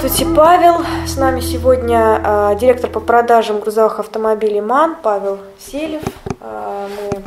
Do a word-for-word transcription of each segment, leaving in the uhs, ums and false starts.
Здравствуйте, Павел. С нами сегодня э, директор по продажам грузовых автомобилей МАН Павел Селев. Э, мы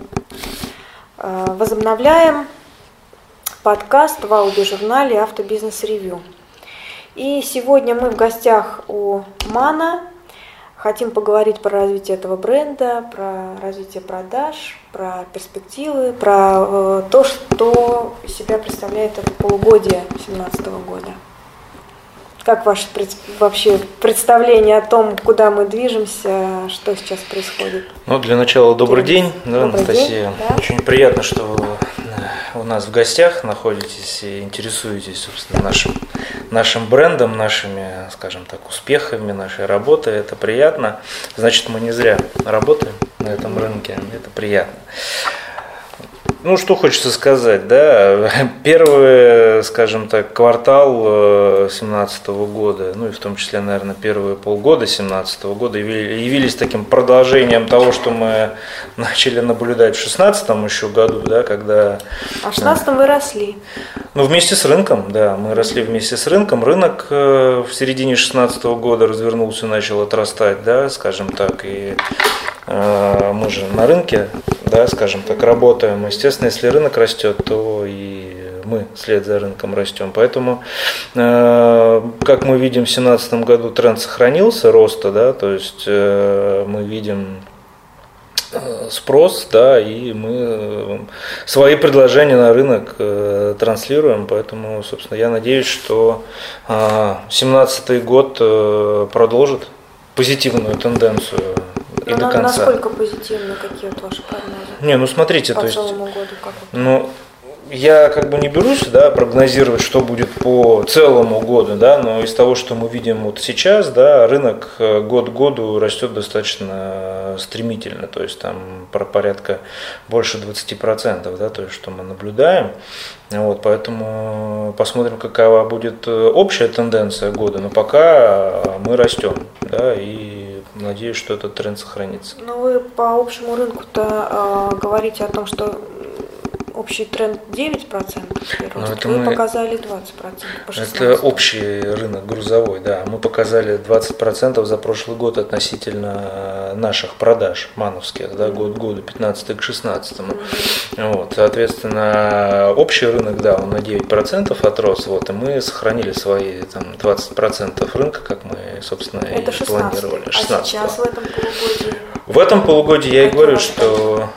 э, возобновляем подкаст в аудиожурнале «Автобизнес Ревью». И сегодня мы в гостях у МАНа. Хотим поговорить про развитие этого бренда, про развитие продаж, про перспективы, про э, то, что из себя представляет это полугодие две тысячи семнадцатого года. Как ваше пред, вообще представление о том, куда мы движемся, что сейчас происходит? Ну, для начала добрый день, да, добрый Анастасия. День, да. Очень приятно, что вы у нас в гостях находитесь и интересуетесь, собственно, нашим, нашим брендом, нашими, скажем так, успехами, нашей работой. Это приятно. Значит, мы не зря работаем на этом рынке. Это приятно. Ну, что хочется сказать, да, первый, скажем так, квартал две тысячи семнадцатого года, ну и в том числе, наверное, первые полгода две тысячи семнадцатого года явились таким продолжением того, что мы начали наблюдать в шестнадцатом еще году, да, когда… А в шестнадцатом вы росли. Ну, вместе с рынком, да, мы росли вместе с рынком. Рынок в середине шестнадцатого года развернулся, начал отрастать, да, скажем так, и мы же на рынке, да, скажем так, работаем. Естественно, если рынок растет, то и мы вслед за рынком растем. Поэтому, как мы видим, в две тысячи семнадцатом году тренд сохранился роста, да, то есть мы видим спрос, да, и мы свои предложения на рынок транслируем. Поэтому, собственно, я надеюсь, что две тысячи семнадцатый год продолжит позитивную тенденцию. И до конца. Насколько позитивно, какие вот ваши прогнозы? Не, ну смотрите, по то есть, целому году, как это? Ну, я как бы не берусь, да, прогнозировать, что будет по целому году, да, но из того, что мы видим вот сейчас, да, рынок год к году растет достаточно стремительно, то есть там про порядка больше двадцать процентов, да, то есть что мы наблюдаем. Вот, поэтому посмотрим, какова будет общая тенденция года, но пока мы растем, да, и надеюсь, что этот тренд сохранится. Но вы по общему рынку-то э, говорите о том, что общий тренд девять процентов прироста, вы мы... показали двадцать процентов по шестнадцатому. Это общий рынок грузовой, да. Мы показали двадцать процентов за прошлый год относительно наших продаж мановских, да, год к году, пятнадцатый к шестнадцатому. Mm-hmm. Вот, соответственно, общий рынок, да, он на девять процентов отрос, вот, и мы сохранили свои там, двадцать процентов рынка, как мы, собственно, это и планировали. А сейчас в этом полугодии? В этом полугодии я и говорю, что…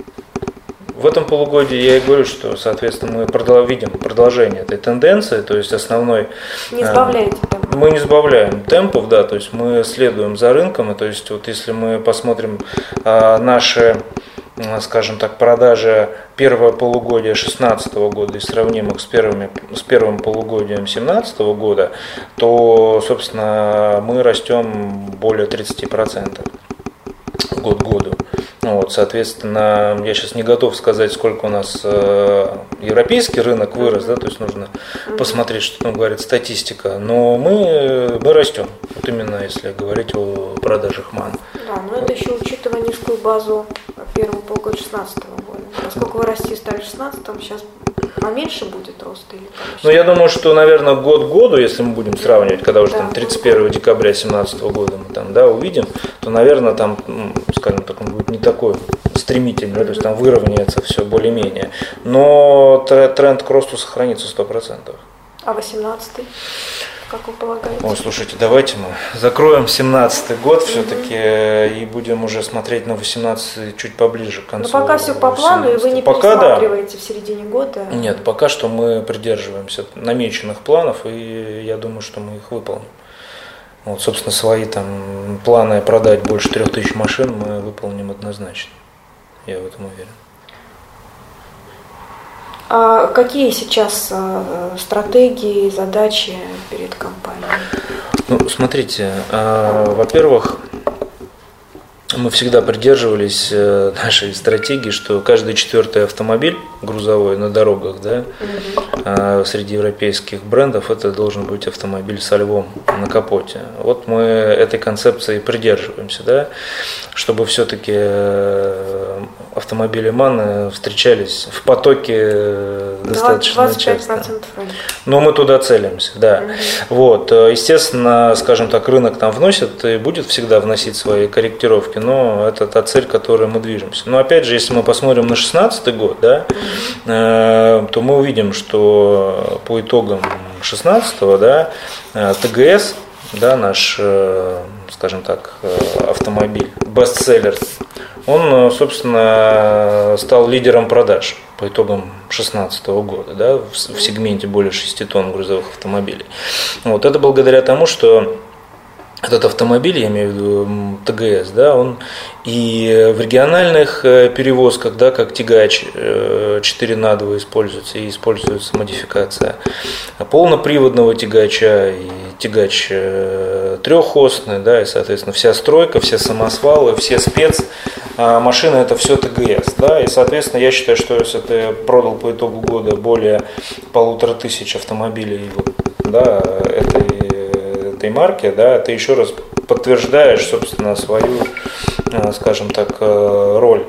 В этом полугодии я и говорю, что, соответственно, мы продол- видим продолжение этой тенденции, то есть основной… Не сбавляете темпов? Мы не сбавляем темпов, да, то есть мы следуем за рынком, и то есть вот если мы посмотрим а, наши, скажем так, продажи первого полугодия две тысячи шестнадцатого года и сравним их с, первыми, с первым полугодием две тысячи семнадцатого года, то, собственно, мы растем более тридцать процентов год к году. Ну, вот, соответственно, я сейчас не готов сказать, сколько у нас э, европейский рынок вырос, да, то есть нужно mm-hmm. посмотреть, что там говорит статистика, но мы, мы растем, вот именно если говорить о продажах МАН. Да, но это еще учитывая низкую базу первого полугодия две тысячи шестнадцатого года. Поскольку вы расти стали в две тысячи шестнадцатом, сейчас поменьше будет рост или побольше? Ну, я думаю, что, наверное, год к году, если мы будем сравнивать, когда уже да, там тридцать первого декабря две тысячи семнадцатого года мы там, да, увидим, то, наверное, там, скажем так, он будет не такой стремительный, да, то есть там выровняется все более-менее. Но тренд к росту сохранится сто процентов. А восемнадцатый? Как вы полагаете? Ой, слушайте, давайте мы закроем семнадцатый год все-таки и будем уже смотреть на восемнадцатый чуть поближе к концу. Но пока все по плану, и вы не пока пересматриваете да. в середине года? Нет, пока что мы придерживаемся намеченных планов, и я думаю, что мы их выполним. Вот, собственно, свои там планы продать больше трех тысяч машин мы выполним однозначно. Я в этом уверен. А какие сейчас а, стратегии, задачи перед компанией? Ну, смотрите, а, во-первых, мы всегда придерживались нашей стратегии, что каждый четвертый автомобиль грузовой на дорогах, да, mm-hmm. среди европейских брендов это должен быть автомобиль со львом на капоте. Вот мы этой концепции придерживаемся, да, чтобы все-таки автомобили МАН встречались в потоке достаточно двадцать пять процентов часто. рынка. Но мы туда целимся, да. Угу. Вот. Естественно, скажем так, рынок там вносит и будет всегда вносить свои корректировки, но это та цель, к которой мы движемся. Но опять же, если мы посмотрим на шестнадцатый год, да, угу. то мы увидим, что по итогам шестнадцатого, да, ТГС, да, наш, скажем так, автомобиль, бестселлер, он, собственно, стал лидером продаж по итогам две тысячи шестнадцатого года, да, в, в сегменте более шести тонн грузовых автомобилей. Вот, это благодаря тому, что этот автомобиль, я имею в виду ТГС, да, он и в региональных перевозках, да, как тягач четыре на два используется, и используется модификация полноприводного тягача и тягач трехосный, да, и, соответственно, вся стройка, все самосвалы, все спец машины — это все ТГС, да, и, соответственно, я считаю, что если ты продал по итогу года более полутора тысяч автомобилей, да, этой этой марки, да, ты еще раз подтверждаешь, собственно, свою, скажем так, роль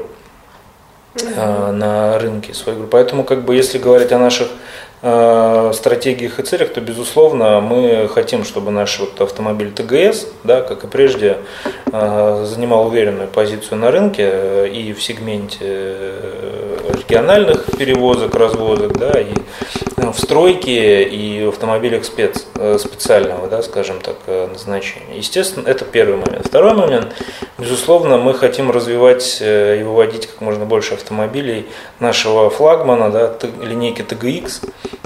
на рынке, свою. Поэтому, как бы, если говорить о наших стратегиях и целях, то, безусловно, мы хотим, чтобы наш вот автомобиль ТГС, да, как и прежде, занимал уверенную позицию на рынке и в сегменте региональных перевозок, развозок, да, и в стройке, и в автомобилях спец, специального, да, скажем так, назначения. Естественно, это первый момент. Второй момент, безусловно, мы хотим развивать и выводить как можно больше автомобилей нашего флагмана, да, линейки тэ гэ икс.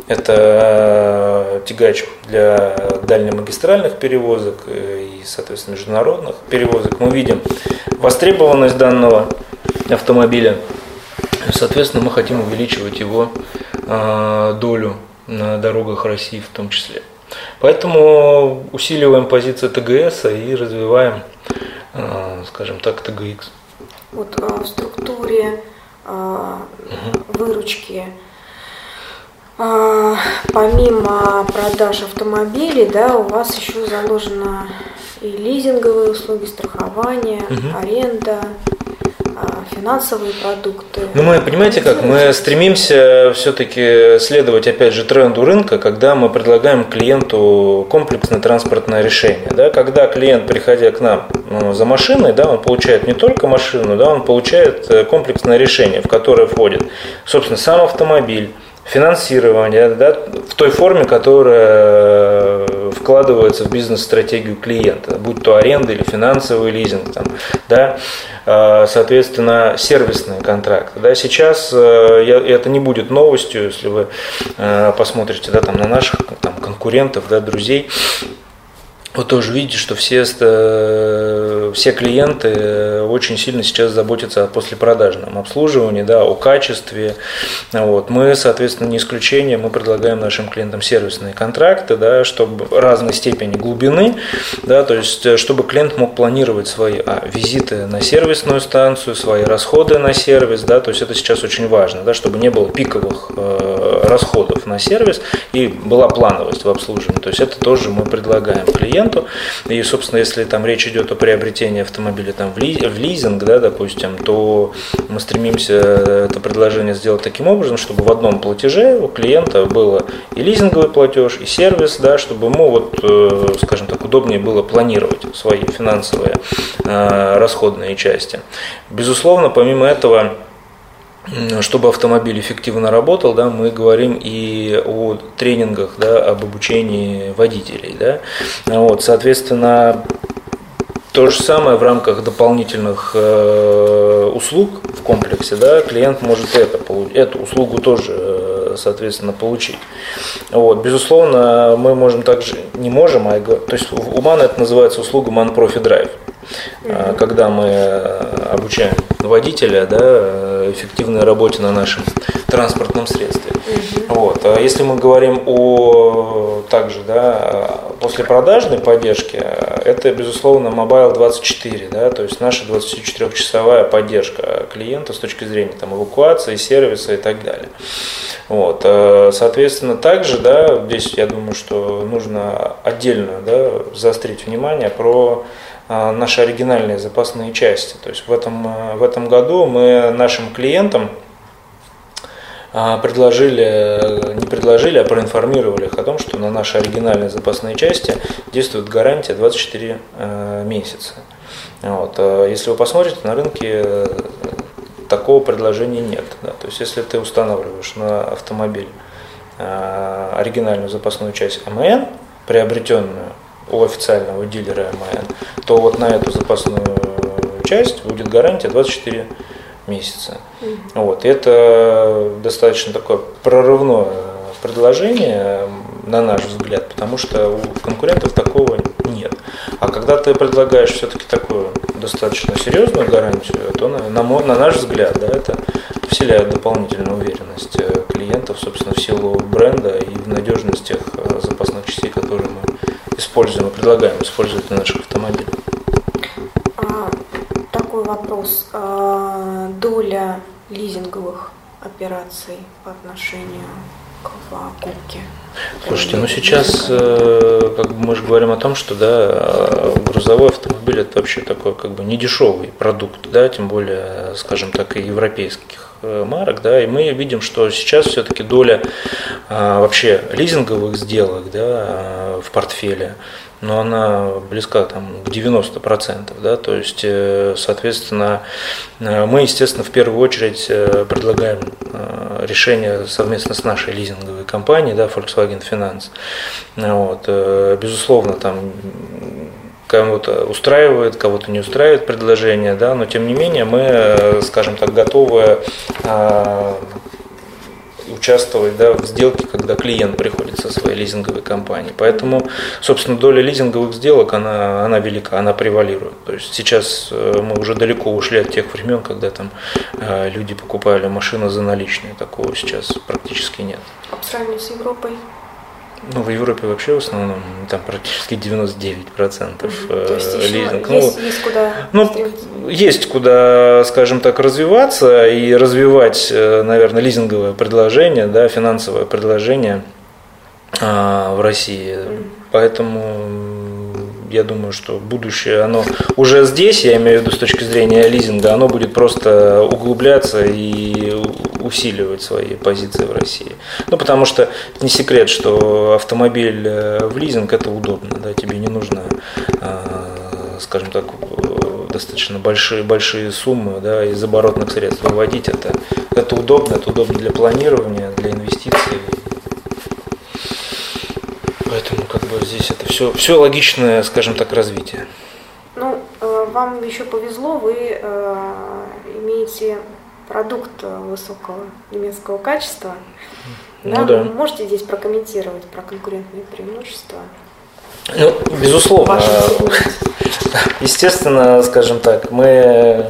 Это тягач для дальнемагистральных перевозок и, соответственно, международных перевозок. Мы видим востребованность данного автомобиля. Соответственно, мы хотим увеличивать его долю на дорогах России в том числе. Поэтому усиливаем позиции ТГС и развиваем, скажем так, тэ гэ икс. Вот в структуре угу. выручки, помимо продаж автомобилей, да, у вас еще заложено и лизинговые услуги, страхование, угу. аренда, финансовые продукты. Ну, мы, понимаете как, мы стремимся все-таки следовать, опять же, тренду рынка, когда мы предлагаем клиенту комплексное транспортное решение. Да? Когда клиент, приходя к нам, ну, за машиной, да, он получает не только машину, да, он получает комплексное решение, в которое входит, собственно, сам автомобиль, финансирование, да, в той форме, которая вкладывается в бизнес-стратегию клиента, будь то аренда или финансовый лизинг, там, да, соответственно, сервисные контракты. Да. Сейчас это не будет новостью, если вы посмотрите, да, там, на наших там, конкурентов, да, друзей. Вы тоже видите, что все, все клиенты очень сильно сейчас заботятся о послепродажном обслуживании, да, о качестве. Вот. Мы, соответственно, не исключение, мы предлагаем нашим клиентам сервисные контракты, да, чтобы разной степени глубины, да, то есть чтобы клиент мог планировать свои а, визиты на сервисную станцию, свои расходы на сервис, да, то есть это сейчас очень важно, да, чтобы не было пиковых э, расходов на сервис и была плановость в обслуживании. То есть это тоже мы предлагаем клиентам. И, собственно, если там речь идет о приобретении автомобиля там, в лизинг, да, допустим, то мы стремимся это предложение сделать таким образом, чтобы в одном платеже у клиента было и лизинговый платеж, и сервис, да, чтобы ему, вот, скажем так, удобнее было планировать свои финансовые э, расходные части. Безусловно, помимо этого, чтобы автомобиль эффективно работал, да, мы говорим и о тренингах, да, об обучении водителей. Да. Вот, соответственно, то же самое в рамках дополнительных э, услуг в комплексе, да, клиент может это, эту услугу тоже, соответственно, получить. Вот, безусловно, мы можем также, не можем, а то есть у МАНа это называется услуга MAN Profi Drive. Mm-hmm. Когда мы обучаем водителя, да, эффективной работе на нашем транспортном средстве. Mm-hmm. Вот. А если мы говорим о также, да, послепродажной поддержке, это, безусловно, Mobile двадцать четыре, да, то есть наша двадцатичетырёхчасовая поддержка клиента с точки зрения там, эвакуации, сервиса и так далее. Вот. Соответственно, также, да, здесь я думаю, что нужно отдельно, да, заострить внимание про наши оригинальные запасные части. То есть в этом, в этом году мы нашим клиентам предложили, не предложили, а проинформировали их о том, что на наши оригинальные запасные части действует гарантия двадцать четыре месяца. Вот. Если вы посмотрите, на рынке такого предложения нет. Да. То есть если ты устанавливаешь на автомобиль оригинальную запасную часть эм эн, приобретенную у официального дилера эм эн, то вот на эту запасную часть будет гарантия двадцать четыре месяца. Mm-hmm. Вот. Это достаточно такое прорывное предложение, на наш взгляд, потому что у конкурентов такого нет. А когда ты предлагаешь все-таки такую достаточно серьезную гарантию, то на, на, на наш взгляд, да, это вселяет дополнительную уверенность клиентов, собственно, в силу бренда и в надежность тех запасных частей, которые мы используем и предлагаем использовать на наших автомобилях. А, такой вопрос. А, доля лизинговых операций по отношению к покупке? Слушайте, ну сейчас как бы мы же говорим о том, что да, грузовой автомобиль это вообще такой как бы недешевый продукт, да, тем более, скажем так, и европейских марок, да, и мы видим, что сейчас все-таки доля а, вообще лизинговых сделок, да, в портфеле, но она близка там, к девяноста процентам, да, то есть, соответственно, мы, естественно, в первую очередь предлагаем решение совместно с нашей лизинговой компанией, да, Volkswagen Finance. Вот, безусловно, там кого-то устраивает, кого-то не устраивает предложение, да, но тем не менее мы, скажем так, готовы участвовать, да, в сделке, когда клиент приходит со своей лизинговой компанией. Поэтому, собственно, доля лизинговых сделок, она, она велика, она превалирует. То есть сейчас мы уже далеко ушли от тех времен, когда там люди покупали машины за наличные. Такого сейчас практически нет. А по сравнению с Европой? Ну, в Европе вообще в основном там практически девяносто девять процентов То есть лизинг. Есть, ну, есть куда ну, есть куда, скажем так, развиваться и развивать, наверное, лизинговое предложение, да, финансовое предложение а, в России. Mm. Поэтому я думаю, что будущее, оно уже здесь, я имею в виду с точки зрения лизинга, оно будет просто углубляться и усиливать свои позиции в России. Ну, потому что не секрет, что автомобиль в лизинг это удобно, да, тебе не нужно, скажем так, достаточно большие, большие суммы, да, из оборотных средств выводить. Это, это удобно, это удобно для планирования, для инвестиций. Поэтому как бы здесь это все, все логичное, скажем так, развитие. Ну, вам еще повезло, вы имеете продукт высокого немецкого качества. Ну, да? да. Вы можете здесь прокомментировать про конкурентные преимущества? Ну, безусловно. Естественно, скажем так, мы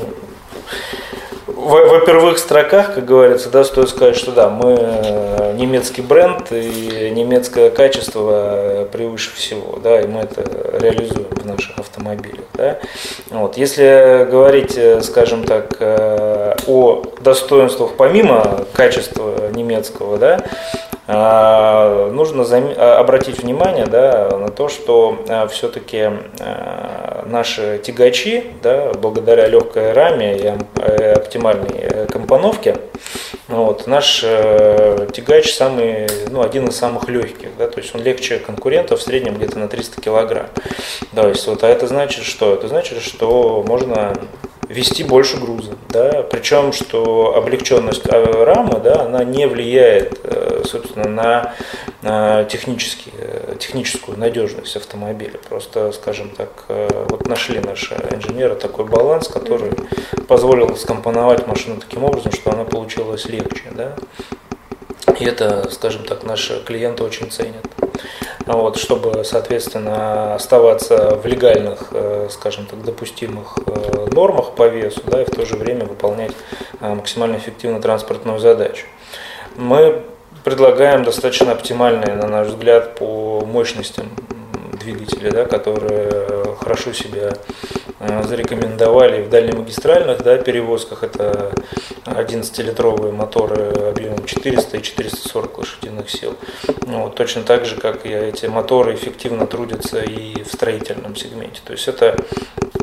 во первых строках, как говорится, да, стоит сказать, что да, мы немецкий бренд и немецкое качество превыше всего, да, и мы это реализуем в наших автомобилях, да. Вот. Если говорить, скажем так, о достоинствах помимо качества немецкого, да, нужно обратить внимание, да, на то, что все-таки наши тягачи, да, благодаря легкой раме и оптимальной компоновке, вот, наш тягач самый, ну, один из самых легких, да, то есть он легче конкурентов в среднем где-то на триста килограмм. Да, то есть, вот, а это значит что? Это значит, что можно вести больше груза, да, причем, что облегченность рамы, да, она не влияет, собственно, на технические, техническую надежность автомобиля. Просто, скажем так, вот нашли наши инженеры такой баланс, который позволил скомпоновать машину таким образом, что она получилась легче, да. И это, скажем так, наши клиенты очень ценят. Вот, чтобы, соответственно, оставаться в легальных, скажем так, допустимых нормах по весу, да, и в то же время выполнять максимально эффективно транспортную задачу. Мы предлагаем достаточно оптимальные, на наш взгляд, по мощностям двигателя, да, которые хорошо себя зарекомендовали в дальнемагистральных, да, перевозках. Это одиннадцатилитровые моторы объемом четыреста и четыреста сорок лошадиных сил. Вот, точно так же, как и эти моторы эффективно трудятся и в строительном сегменте. То есть это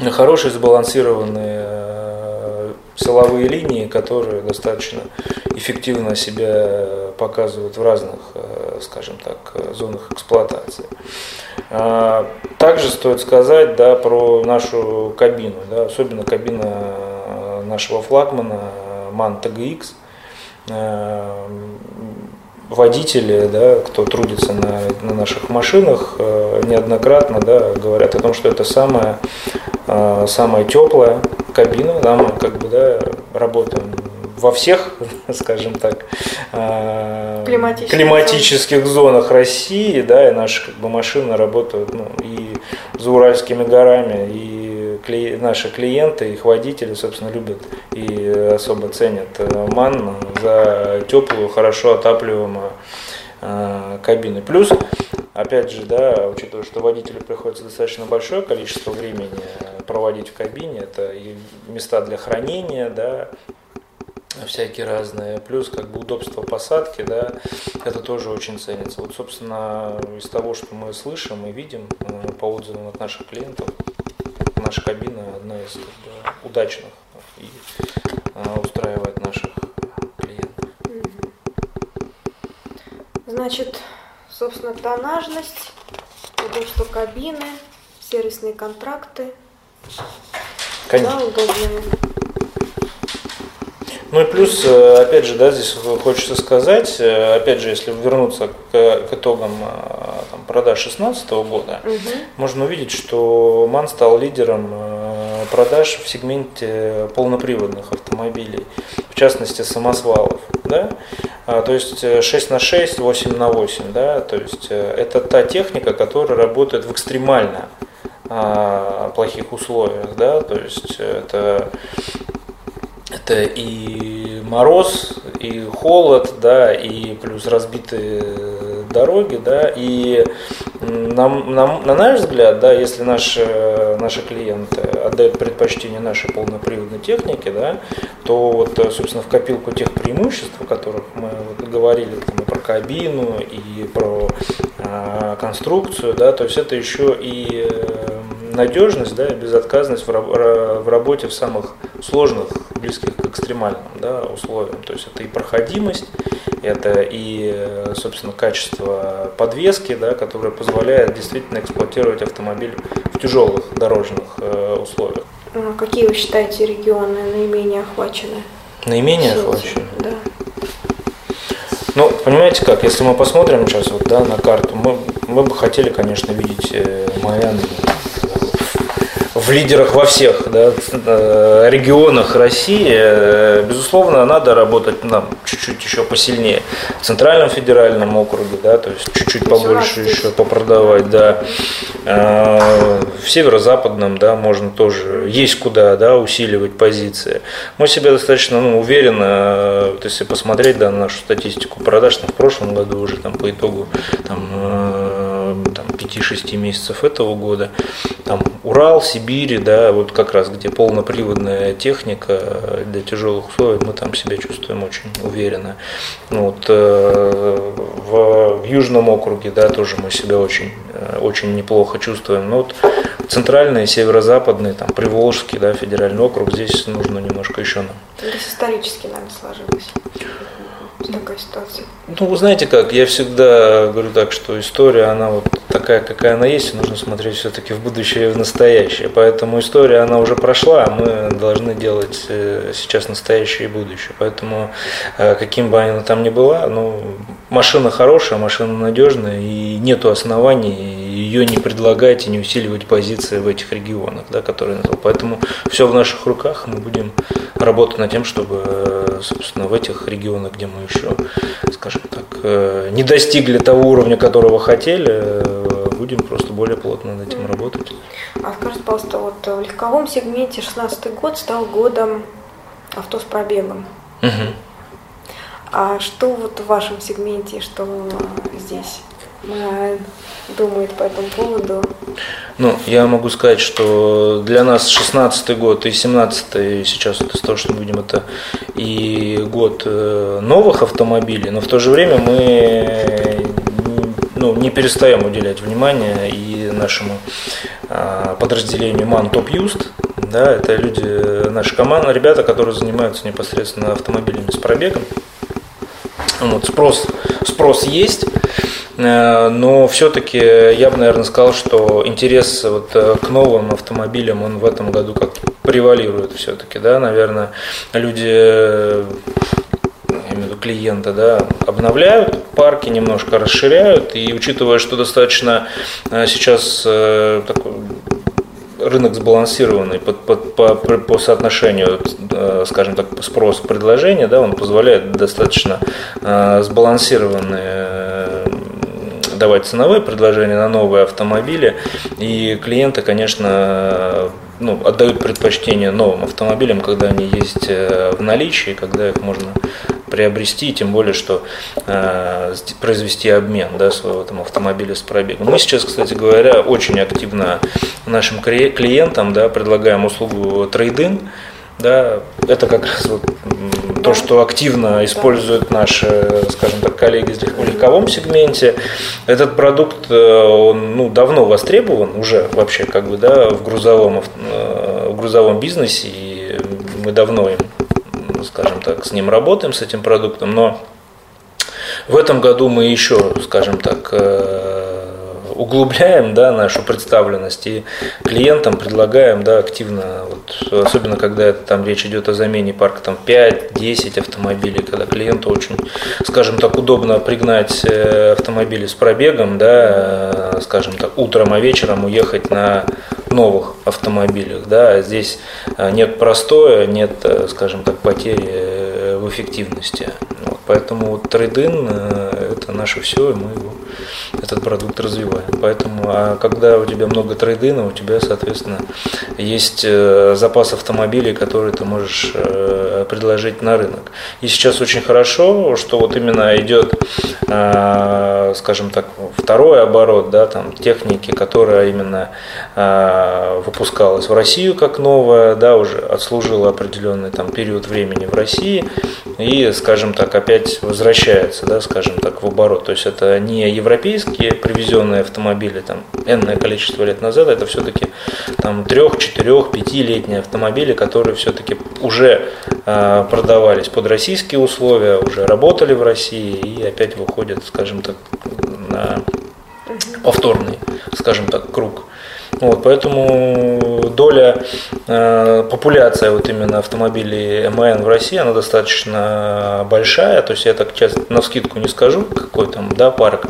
хорошие сбалансированные силовые линии, которые достаточно эффективно себя показывают в разных, скажем так, зонах эксплуатации. Также стоит сказать, да, про нашу кабину, да, особенно кабина нашего флагмана МАН тэ гэ икс. Водители, да, кто трудится на, на наших машинах, неоднократно, да, говорят о том, что это самая, самая теплая кабина. Да, мы как бы, да, работаем во всех, скажем так, климатических, климатических зонах России, да, и наши как бы машины работают, ну, и за Уральскими горами, и наши клиенты, их водители, собственно, любят и особо ценят МАН за теплую, хорошо отапливаемую э, кабину. Плюс, опять же, да, учитывая, что водителю приходится достаточно большое количество времени проводить в кабине, это и места для хранения, да, всякие разные, плюс как бы удобство посадки, да, это тоже очень ценится. Вот, собственно, из того, что мы слышим и видим по отзывам от наших клиентов, наша кабина одна из, как бы, удачных и а, устраивает наших клиентов. Значит, собственно, тоннажность, удобство кабины, сервисные контракты. Конечно. Да, удобные. Ну и плюс, опять же, да, здесь хочется сказать, опять же, если вернуться к, к итогам там, продаж две тысячи шестнадцатого года, угу. можно увидеть, что МАН стал лидером продаж в сегменте полноприводных автомобилей, в частности самосвалов, да? То есть шесть на шесть, восемь на восемь, да? То есть это та техника, которая работает в экстремально плохих условиях, да? То есть это Это и мороз, и холод, да, и плюс разбитые дороги, да, и на, на, на наш взгляд, да, если наши, наши клиенты отдают предпочтение нашей полноприводной технике, да, то вот, собственно, в копилку тех преимуществ, о которых мы вот говорили, там, и про кабину, и про э, конструкцию, да, то есть это еще и надежность, да, и безотказность в, в работе в самых сложных, близких к экстремальным, да, условиям. То есть это и проходимость, это и, собственно, качество подвески, да, которое позволяет действительно эксплуатировать автомобиль в тяжелых дорожных э, условиях. А какие вы считаете регионы наименее охвачены? Наименее охвачены? Да. Ну, понимаете как, если мы посмотрим сейчас вот, да, на карту, мы, мы бы хотели, конечно, видеть Майами в лидерах во всех, да, регионах России. Безусловно, надо работать нам чуть-чуть еще посильнее. В Центральном федеральном округе, да, то есть чуть-чуть побольше еще попродавать, да. В Северо-Западном, да, можно тоже, есть куда, да, усиливать позиции. Мы себя достаточно, ну, уверенно, вот если посмотреть, да, на нашу статистику продаж, там, в прошлом году уже там по итогу там, там, пяти-шести месяцев этого года, там Урал, Сибирь, да, вот как раз где полноприводная техника для тяжелых условий, мы там себя чувствуем очень уверенно. Вот, э, в, в Южном округе, да, тоже мы себя очень, очень неплохо чувствуем. Но вот центральный, северо-западный, там, Приволжский, да, федеральный округ, здесь нужно немножко еще нам. Здесь исторически, наверное, сложилось. Такая ситуация. Ну, вы знаете как, я всегда говорю так, что история, она вот такая, какая она есть, и нужно смотреть все-таки в будущее и в настоящее. Поэтому история, она уже прошла, а мы должны делать сейчас настоящее и будущее. Поэтому, каким бы она там ни была, ну, машина хорошая, машина надежная, и нету оснований ее не предлагать и не усиливать позиции в этих регионах, да, которые я назвал. Поэтому все в наших руках, мы будем работать над тем, чтобы, собственно, в этих регионах, где мы еще, скажем так, не достигли того уровня, которого хотели, будем просто более плотно над этим работать. А скажите, пожалуйста, вот в легковом сегменте шестнадцатый год стал годом авто с пробегом. Угу. А что вот в вашем сегменте, что здесь думает по этому поводу? Ну, я могу сказать, что для нас шестнадцатый год и семнадцатый сейчас вот из того, что мы видим, это и год новых автомобилей, но в то же время мы, ну, не перестаем уделять внимание и нашему подразделению MAN Top Used. Да, это люди, наши команды, ребята, которые занимаются непосредственно автомобилями с пробегом. Вот, спрос, спрос есть, но все-таки я бы, наверное, сказал, что интерес вот к новым автомобилям, он в этом году как превалирует все-таки, да, наверное, люди, я имею в виду клиенты, да, обновляют парки, немножко расширяют, и учитывая, что достаточно сейчас такой рынок сбалансированный по, по, по, по соотношению, скажем так, спрос-предложения, да, он позволяет достаточно сбалансированные давать ценовые предложения на новые автомобили, и клиенты, конечно, ну, отдают предпочтение новым автомобилям, когда они есть в наличии, когда их можно приобрести, тем более, что э, произвести обмен, да, своего там автомобиля с пробегом. Мы сейчас, кстати говоря, очень активно нашим клиентам, да, предлагаем услугу трейд-ин. Да, это как раз вот да. то, что активно используют наши, скажем так, коллеги в легковом сегменте. Этот продукт, он, ну, давно востребован уже вообще как бы, да, в грузовом, в грузовом бизнесе, и мы давно им, скажем так, с ним работаем, с этим продуктом, но в этом году мы еще, скажем так, углубляем, да, нашу представленность и клиентам предлагаем, да, активно, вот, особенно когда это, там речь идет о замене парка там, пять-десять автомобилей, когда клиенту очень, скажем так, удобно пригнать автомобили с пробегом, да, скажем так, утром, а вечером уехать на новых автомобилях. Да. Здесь нет простоя, нет, скажем так, потери в эффективности. Вот, поэтому вот трейд-ин – это наше все, и мы его, этот продукт развиваем. Поэтому, а когда у тебя много трейд-ина, у тебя, соответственно, есть запас автомобилей, которые ты можешь предложить на рынок. И сейчас очень хорошо, что вот именно идет, скажем так, второй оборот, да, там, техники, которая именно выпускалась в Россию как новая, да, уже отслужила определенный там период времени в России и, скажем так, опять возвращается, да, скажем так, в оборот. То есть это не европейские привезенные автомобили там энное количество лет назад, это все-таки там трех, четырех, пятилетние автомобили, которые все-таки уже э, продавались под российские условия, уже работали в России и опять выходят, скажем так, на повторный, скажем так, круг. Вот, поэтому доля, э, популяция вот именно автомобилей эм эн в России, она достаточно большая, то есть я так часто навскидку не скажу, какой там, да, парк,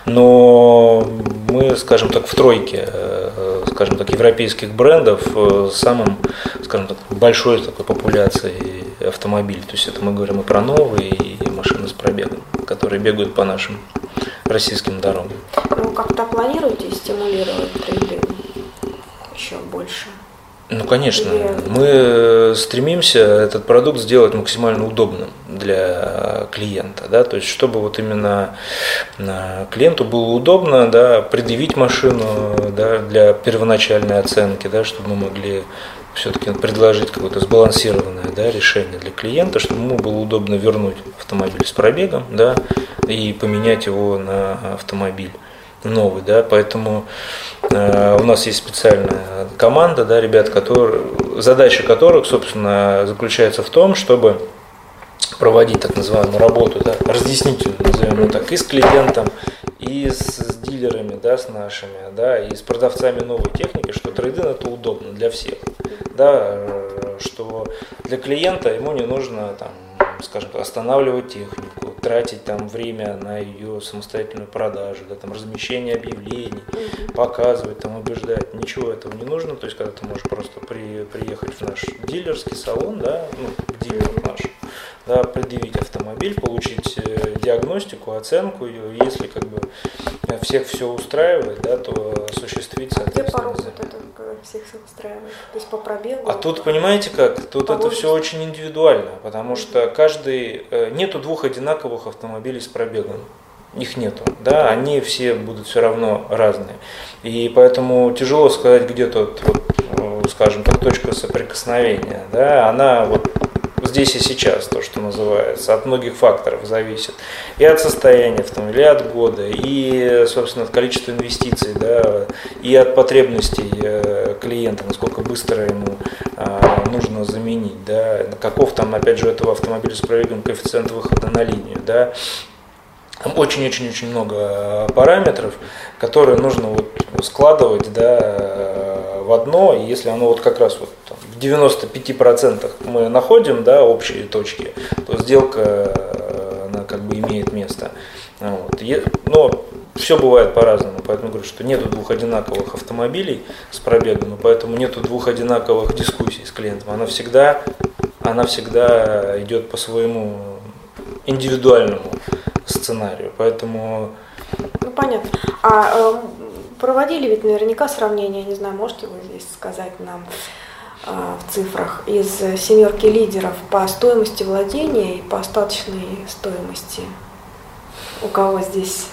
но мы, скажем так, в тройке, э, скажем так, европейских брендов э, с самым, скажем так, большой такой популяцией автомобилей, то есть это мы говорим и про новые, и машины с пробегом, которые бегают по нашим российским дорогам. Ну, как-то планируете стимулировать трейд-ин еще больше? Ну, конечно. Мы стремимся этот продукт сделать максимально удобным для клиента, да, то есть чтобы вот именно клиенту было удобно, да, предъявить машину, да, для первоначальной оценки, да, чтобы мы могли все-таки предложить какое-то сбалансированное, да, решение для клиента, чтобы ему было удобно вернуть автомобиль с пробегом, да, и поменять его на автомобиль новый, да, поэтому э, у нас есть специальная команда, да, ребят, которые, задача которых, собственно, заключается в том, чтобы проводить так называемую работу, да, разъяснительную, назовем ее так, и с клиентом, и с дилерами, да, с нашими, да, и с продавцами новой техники, что трейд-ин это удобно для всех, да, что для клиента ему не нужно там, скажем так, останавливать технику, тратить там время на ее самостоятельную продажу, да, там размещение объявлений, показывать, там убеждать, ничего этого не нужно, то есть когда ты можешь просто при, приехать в наш дилерский салон, да, ну, к дилеру наш, да, предъявить автомобиль, получить диагностику, оценку ее, если как бы всех все устраивает, да, то осуществить, соответственно. Где порог вот это всех все устраивает? То есть по пробегу? А тут, понимаете как, тут это все очень индивидуально, потому что каждый, нету двух одинаковых автомобилей с пробегом. Их нету, да, они все будут все равно разные. И поэтому тяжело сказать, где тут, вот, скажем так, точка соприкосновения, да, она вот с здесь и сейчас, то, что называется, от многих факторов зависит. И от состояния автомобиля, и от года, и, собственно, от количества инвестиций, да, и от потребностей клиента, насколько быстро ему нужно заменить, да, каков там, опять же, у этого автомобиля с пробегом коэффициент выхода на линию, да. Очень-очень-очень много параметров, которые нужно вот складывать, да, в одно, и если оно вот как раз вот там, в девяноста пяти процентах мы находим, да, общие точки, то сделка она как бы имеет место. Вот. Но все бывает по-разному, поэтому говорю, что нету двух одинаковых автомобилей с пробегом, и поэтому нету двух одинаковых дискуссий с клиентом. Она всегда, она всегда идет по своему индивидуальному сценарию, поэтому... Ну, понятно. А э, проводили ведь наверняка сравнение, не знаю, можете вы здесь сказать нам э, в цифрах, из семерки лидеров по стоимости владения и по остаточной стоимости? У кого здесь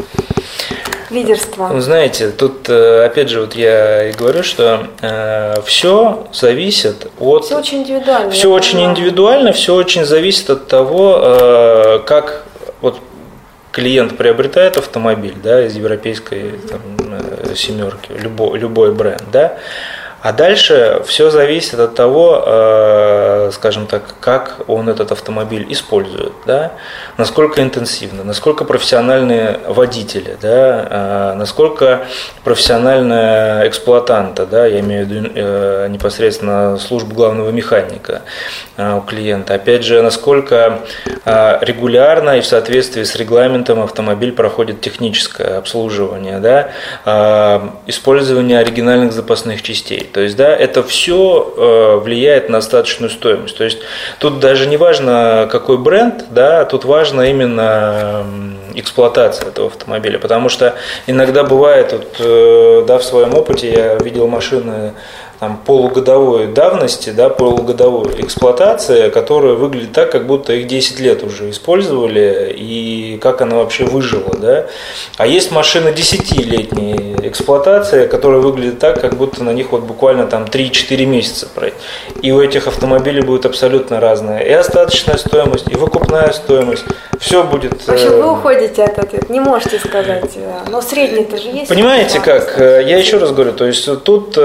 лидерство? Вы знаете, тут опять же вот я и говорю, что э, все зависит от... Все очень индивидуально. Все очень понимаю. индивидуально, все очень зависит от того, э, как вот клиент приобретает автомобиль, да, из европейской там, семерки, любой, любой бренд, да. А дальше все зависит от того, э, скажем так, как он этот автомобиль использует, да? Насколько интенсивно, насколько профессиональные водители, да? э, насколько профессиональные эксплуатанты, да? Я имею в виду э, непосредственно службу главного механика э, у клиента. Опять же, насколько э, регулярно и в соответствии с регламентом автомобиль проходит техническое обслуживание, да? э, использование оригинальных запасных частей. То есть, да, это все э, влияет на остаточную стоимость. То есть, тут даже не важно, какой бренд, да, тут важно именно эксплуатация этого автомобиля. Потому что иногда бывает, вот, э, да, в своем опыте я видел машины там, полугодовой давности, да, полугодовой эксплуатации, которая выглядит так, как будто их десять лет уже использовали, и как она вообще выжила. Да? А есть машины десятилетней эксплуатации, которые выглядят так, как будто на них вот буквально там три-четыре месяца пройти. И у этих автомобилей будет абсолютно разная и остаточная стоимость, и выкупная стоимость. Все будет... В общем, вы уходите от ответа, не можете сказать, но средний-то же есть. Понимаете как? Я еще раз говорю, то есть тут...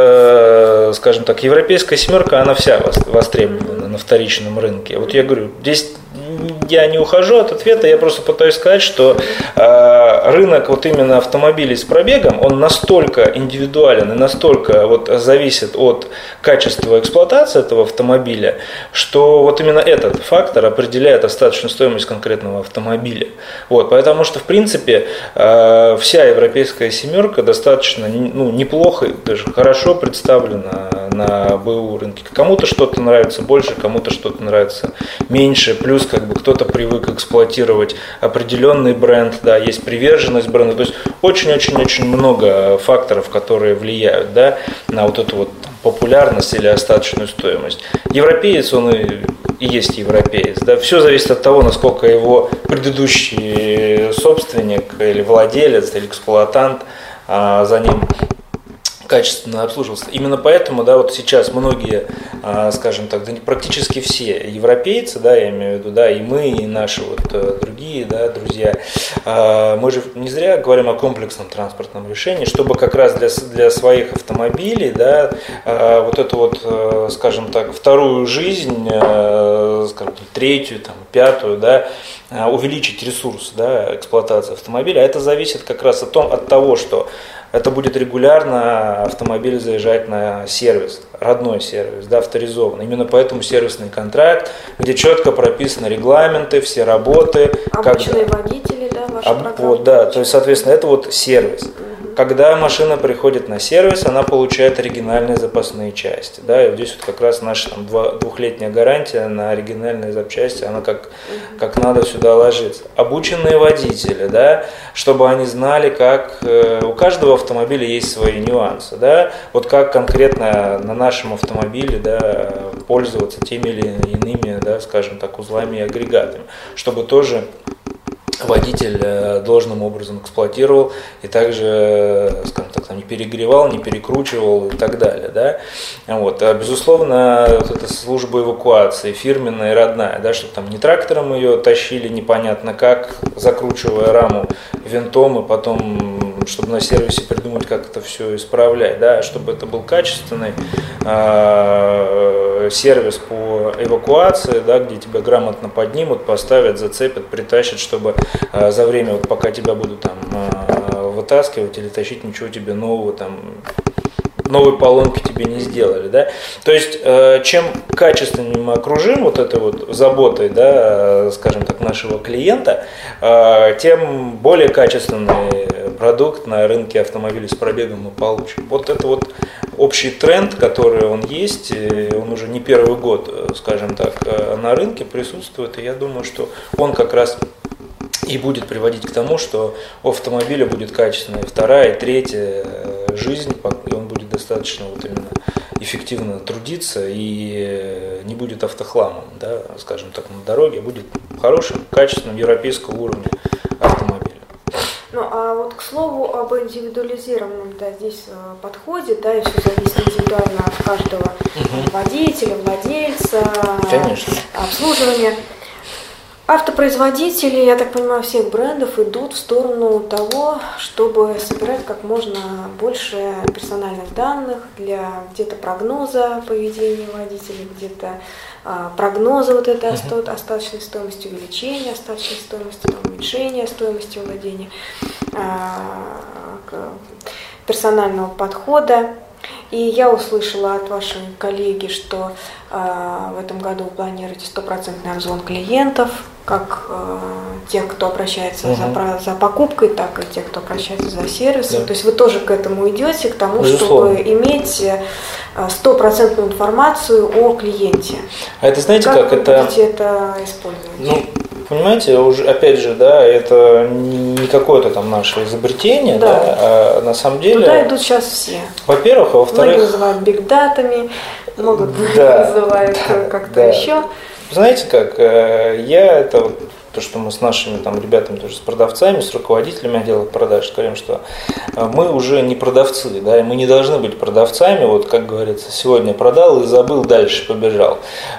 скажем так, европейская семерка, она вся востребована на вторичном рынке. Вот я говорю, здесь я не ухожу от ответа, я просто пытаюсь сказать, что э, рынок вот именно автомобилей с пробегом, он настолько индивидуален и настолько вот зависит от качества эксплуатации этого автомобиля, что вот именно этот фактор определяет остаточную стоимость конкретного автомобиля. Вот, потому что, в принципе, э, вся европейская семерка достаточно ну, неплохо, даже хорошо представлена на БУ рынке. Кому-то что-то нравится больше, кому-то что-то нравится меньше, плюс как бы кто-то привык эксплуатировать определенный бренд, да, есть приверженность бренда, то есть очень-очень-очень много факторов, которые влияют, да, на вот эту вот там, популярность или остаточную стоимость. Европеец, он и, и есть европеец, да, все зависит от того, насколько его предыдущий собственник или владелец или эксплуатант а, за ним качественно обслуживался. Именно поэтому, да, вот сейчас многие, скажем так, да, практически все европейцы, да, я имею в виду, да, и мы, и наши вот другие, да, друзья, мы же не зря говорим о комплексном транспортном решении, чтобы как раз для, для своих автомобилей, да, вот эту вот, скажем так, вторую жизнь, скажем, третью, там, пятую, да, увеличить ресурс, да, эксплуатации автомобиля. Это зависит как раз от, том, от того, что это будет регулярно автомобиль заезжать на сервис, родной сервис, да, авторизованный. Именно поэтому сервисный контракт, где четко прописаны регламенты, все работы. Обученные когда... водители, да, ваша Об... программа. Вот, да, то есть, соответственно, это вот сервис. Угу. Когда машина приходит на сервис, она получает оригинальные запасные части. Да, и вот здесь вот как раз наша там, двухлетняя гарантия на оригинальные запчасти, она как, угу. как надо сюда ложится. Обученные водители, да, чтобы они знали, как э, у каждого автомобиля есть свои нюансы, да, вот как конкретно на нашем автомобиле, да, пользоваться теми или иными, да, скажем так, узлами и агрегатами, чтобы тоже водитель должным образом эксплуатировал и также, скажем так, там, не перегревал, не перекручивал и так далее. Да? Вот. А, безусловно, вот эта служба эвакуации, фирменная и родная, да, чтобы там не трактором ее тащили непонятно как, закручивая раму винтом, и потом, чтобы на сервисе придумать, как это все исправлять, да, чтобы это был качественный э, сервис по эвакуации, да, где тебя грамотно поднимут, поставят, зацепят, притащат, чтобы э, за время, вот, пока тебя будут там э, вытаскивать или тащить, ничего тебе нового там, новой поломки тебе не сделали, да. То есть, э, чем качественнее мы окружим вот этой вот заботой, да, скажем так, нашего клиента, э, тем более качественный продукт на рынке автомобилей с пробегом мы получим. Вот это вот общий тренд, который он есть, он уже не первый год, скажем так, на рынке присутствует, и я думаю, что он как раз и будет приводить к тому, что у автомобиля будет качественная вторая и третья жизнь, и он будет достаточно вот именно эффективно трудиться и не будет автохламом, да, скажем так, на дороге, а будет хорошим, качественным европейского уровня автомобиля. Ну, а вот к слову об индивидуализированном, да, здесь подходе, да, и все зависит индивидуально от каждого угу. водителя, владельца, Конечно. обслуживания. Автопроизводители, я так понимаю, всех брендов идут в сторону того, чтобы собирать как можно больше персональных данных для где-то прогноза поведения водителей, где-то а, прогноза вот этой uh-huh. остаточной стоимости, увеличения остаточной стоимости, там, уменьшения стоимости владения, а, персонального подхода. И я услышала от вашей коллеги, что э, в этом году вы планируете стопроцентный обзвон клиентов, как э, тех, кто обращается угу. за, за покупкой, так и тех, кто обращается за сервисом. Да. То есть вы тоже к этому идете, к тому, Безусловно. чтобы иметь стопроцентную информацию о клиенте. А это знаете, как, как вы это... будете это использовать? Ну, понимаете, уже опять же, да, это не какое-то там наше изобретение, да, да а на самом деле. Туда идут сейчас все. Во-первых, а во-вторых. Многие называют бигдатами, могут да, называют да, как-то да. еще. Знаете как, я это вот то, что мы с нашими там ребятами, тоже с продавцами, с руководителями отдела продаж говорим, что мы уже не продавцы, да, и мы не должны быть продавцами, вот как говорится, сегодня продал и забыл, дальше побежал.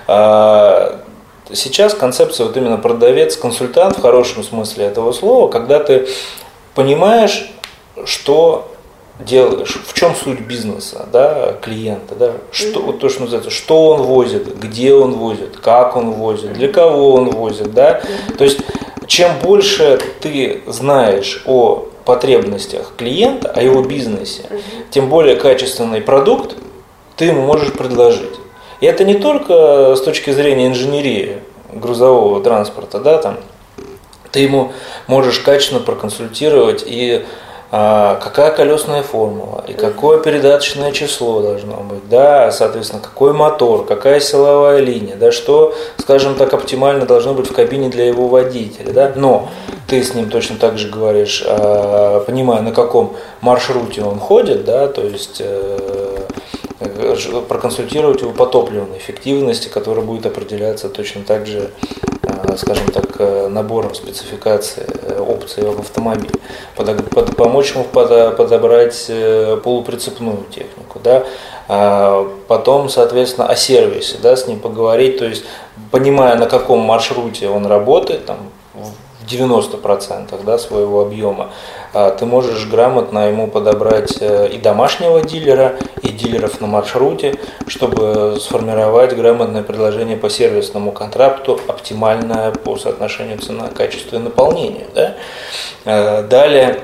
Сейчас концепция вот именно продавец-консультант в хорошем смысле этого слова, когда ты понимаешь, что делаешь, в чем суть бизнеса, да, клиента, да, что, вот то, что называется, что он возит, где он возит, как он возит, для кого он возит, да, то есть чем больше ты знаешь о потребностях клиента, о его бизнесе, тем более качественный продукт ты ему можешь предложить. И это не только с точки зрения инженерии грузового транспорта, да, там, ты ему можешь качественно проконсультировать и а, какая колесная формула, и какое передаточное число должно быть, да, соответственно, какой мотор, какая силовая линия, да, что, скажем так, оптимально должно быть в кабине для его водителя, да, но ты с ним точно так же говоришь, а, понимая, на каком маршруте он ходит, да, то есть проконсультировать его по топливной эффективности, которая будет определяться точно так же, скажем так, набором спецификаций опций в автомобиле, помочь ему подобрать полуприцепную технику, да, потом, соответственно, о сервисе, да, с ним поговорить, то есть понимая, на каком маршруте он работает, там, в девяноста процентах, да, своего объема, ты можешь грамотно ему подобрать и домашнего дилера, и дилеров на маршруте, чтобы сформировать грамотное предложение по сервисному контракту, оптимальное по соотношению цена, качество и наполнение. Да? Далее,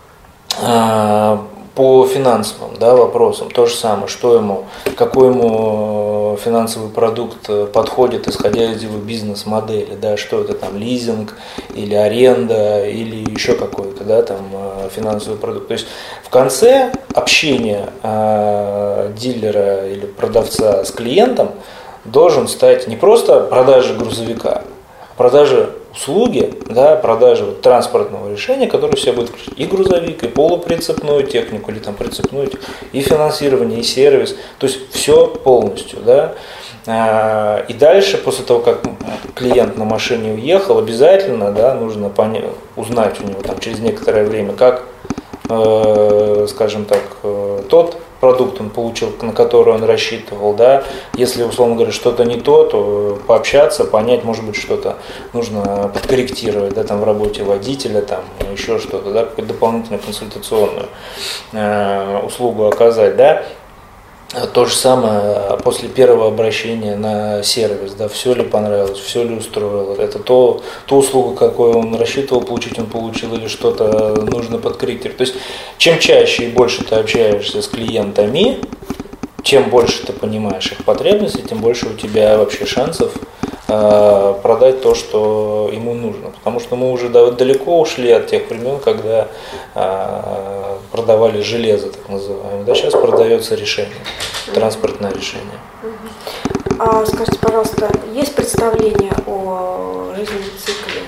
по финансовым, да, вопросам то же самое, что ему, какой ему финансовый продукт подходит, исходя из его бизнес-модели, да, что это там лизинг или аренда или еще какой-то, да, там финансовый продукт. То есть в конце общения э, дилера или продавца с клиентом должен стать не просто продажа грузовика, а продажа услуги, да, продажи вот транспортного решения, которое все будет включать и грузовик, и полуприцепную технику, или там прицепную, и финансирование, и сервис, то есть все полностью, да. И дальше, после того, как клиент на машине уехал, обязательно, да, нужно понять, узнать у него там, через некоторое время, как, э, скажем так, э, тот продукт он получил, на который он рассчитывал, да. Если, условно говоря, что-то не то, то пообщаться, понять, может быть, что-то нужно подкорректировать, да, там в работе водителя, там еще что-то, да, какую-то дополнительную консультационную э, услугу оказать, да. То же самое после первого обращения на сервис, да, все ли понравилось, все ли устроило, это то, ту услугу, какую он рассчитывал получить, он получил, или что-то нужно подкорректировать. То есть чем чаще и больше ты общаешься с клиентами, чем больше ты понимаешь их потребности, тем больше у тебя вообще шансов э, продать то, что ему нужно. Потому что мы уже далеко ушли от тех времен, когда э, продавали железо, так называемое. Да, сейчас продается решение, транспортное решение. А скажите, пожалуйста, есть представление о жизненном цикле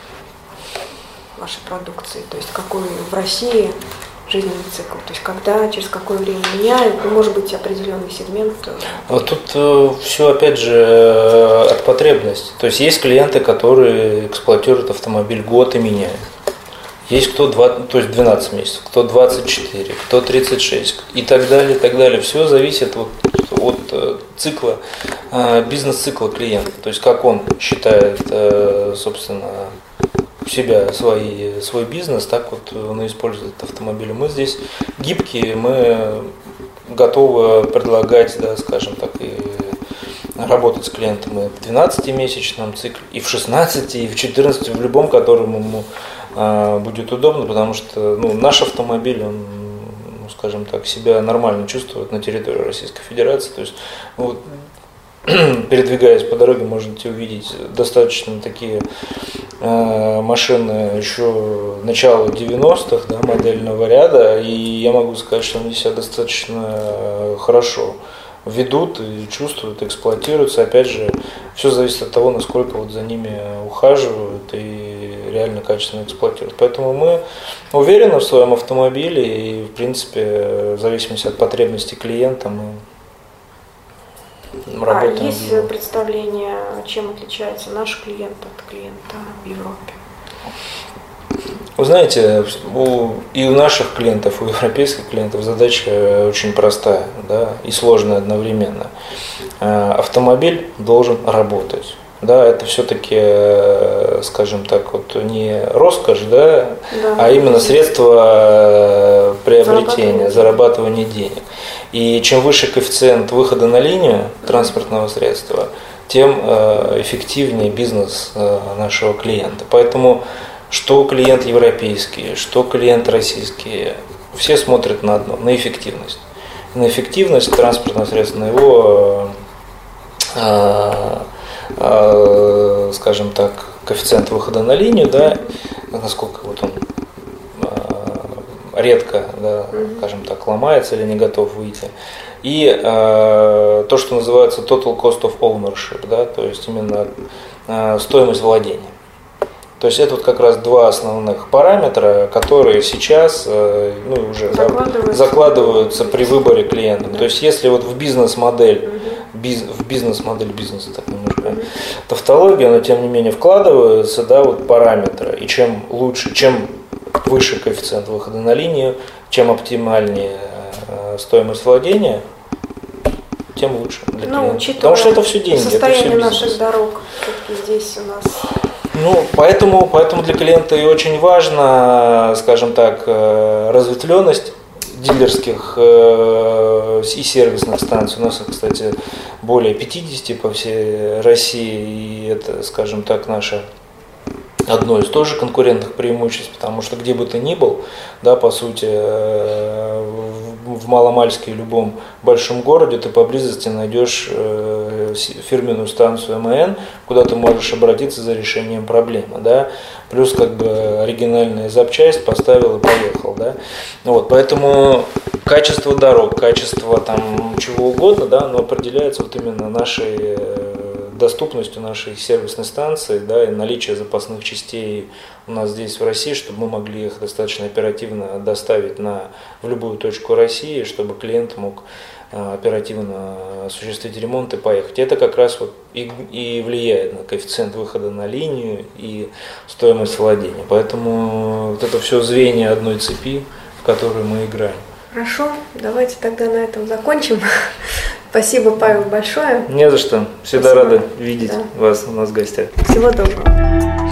вашей продукции? То есть какой в России жизненный цикл, то есть когда, через какое время меняют, ну, может быть, определенный сегмент. Вот тут э, все, опять же, э, от потребности. То есть есть клиенты, которые эксплуатируют автомобиль год и меняют. Есть кто двадцать, то есть двенадцать месяцев, кто двадцать четыре, кто тридцать шесть и так далее, и так далее. Все зависит вот от э, цикла, э, бизнес-цикла клиента. То есть как он считает, э, собственно, себя, свой, свой бизнес, так вот он использует автомобиль. Мы здесь гибкие, мы готовы предлагать, да, скажем так, и работать с клиентом и в двенадцатимесячном цикле, и в шестнадцати, и в четырнадцати, в любом, которому ему а, будет удобно, потому что, ну, наш автомобиль, он, ну, скажем так, себя нормально чувствует на территории Российской Федерации. То есть, вот, передвигаясь по дороге, можете увидеть достаточно такие э, машины еще начала девяностых, да, модельного ряда, и я могу сказать, что они себя достаточно хорошо ведут и чувствуют, эксплуатируются. Опять же, все зависит от того, насколько вот за ними ухаживают и реально качественно эксплуатируют. Поэтому мы уверены в своем автомобиле и, в принципе, в зависимости от потребностей клиента, мы работаем. А есть представление, чем отличается наш клиент от клиента в Европе? Вы знаете, у, и у наших клиентов, и у европейских клиентов задача очень простая, да, и сложная одновременно. Автомобиль должен работать. Да, это все-таки, скажем так, вот не роскошь, да, да, а именно средство приобретения, зарабатывания денег. И чем выше коэффициент выхода на линию транспортного средства, тем эффективнее бизнес нашего клиента. Поэтому что клиент европейский, что клиент российский, все смотрят на одно, на эффективность. На эффективность транспортного средства, на его, скажем так, коэффициент выхода на линию, да, насколько вот он редко, да, скажем так, ломается или не готов выйти. И э, то, что называется total cost of ownership, да, то есть именно э, стоимость владения. То есть это вот как раз два основных параметра, которые сейчас э, ну, уже закладываются, закладываются при выборе клиентов. То есть если вот в бизнес-модель, биз, в бизнес-модель бизнеса, так немножко тавтология, но тем не менее вкладываются, да, вот параметры. И чем лучше, чем выше коэффициент выхода на линию, чем оптимальнее э, стоимость владения, тем лучше для ну, клиента. Потому что это все деньги. Состояние это все наших дорог все-таки здесь у нас. Ну, поэтому, поэтому для клиента и очень важно, скажем так, разветвленность дилерских и сервисных станций. У нас, кстати, более пятидесяти по всей России, и это, скажем так, наше одно из тоже конкурентных преимуществ, потому что где бы ты ни был, да, по сути, в Маломальске, любом большом городе ты поблизости найдешь фирменную станцию эм эн, куда ты можешь обратиться за решением проблемы, да, плюс как бы оригинальная запчасть поставил и поехал, да, вот, поэтому качество дорог, качество там чего угодно, да, оно определяется вот именно нашей доступностью нашей сервисной станции, да, и наличие запасных частей у нас здесь в России, чтобы мы могли их достаточно оперативно доставить на, в любую точку России, чтобы клиент мог оперативно осуществить ремонт и поехать. Это как раз вот и, и влияет на коэффициент выхода на линию и стоимость владения. Поэтому вот это все звенья одной цепи, в которой мы играем. Хорошо, давайте тогда на этом закончим. Спасибо, Павел, большое. Не за что. Всегда Спасибо. рады видеть да. вас у нас в гостях. Всего доброго.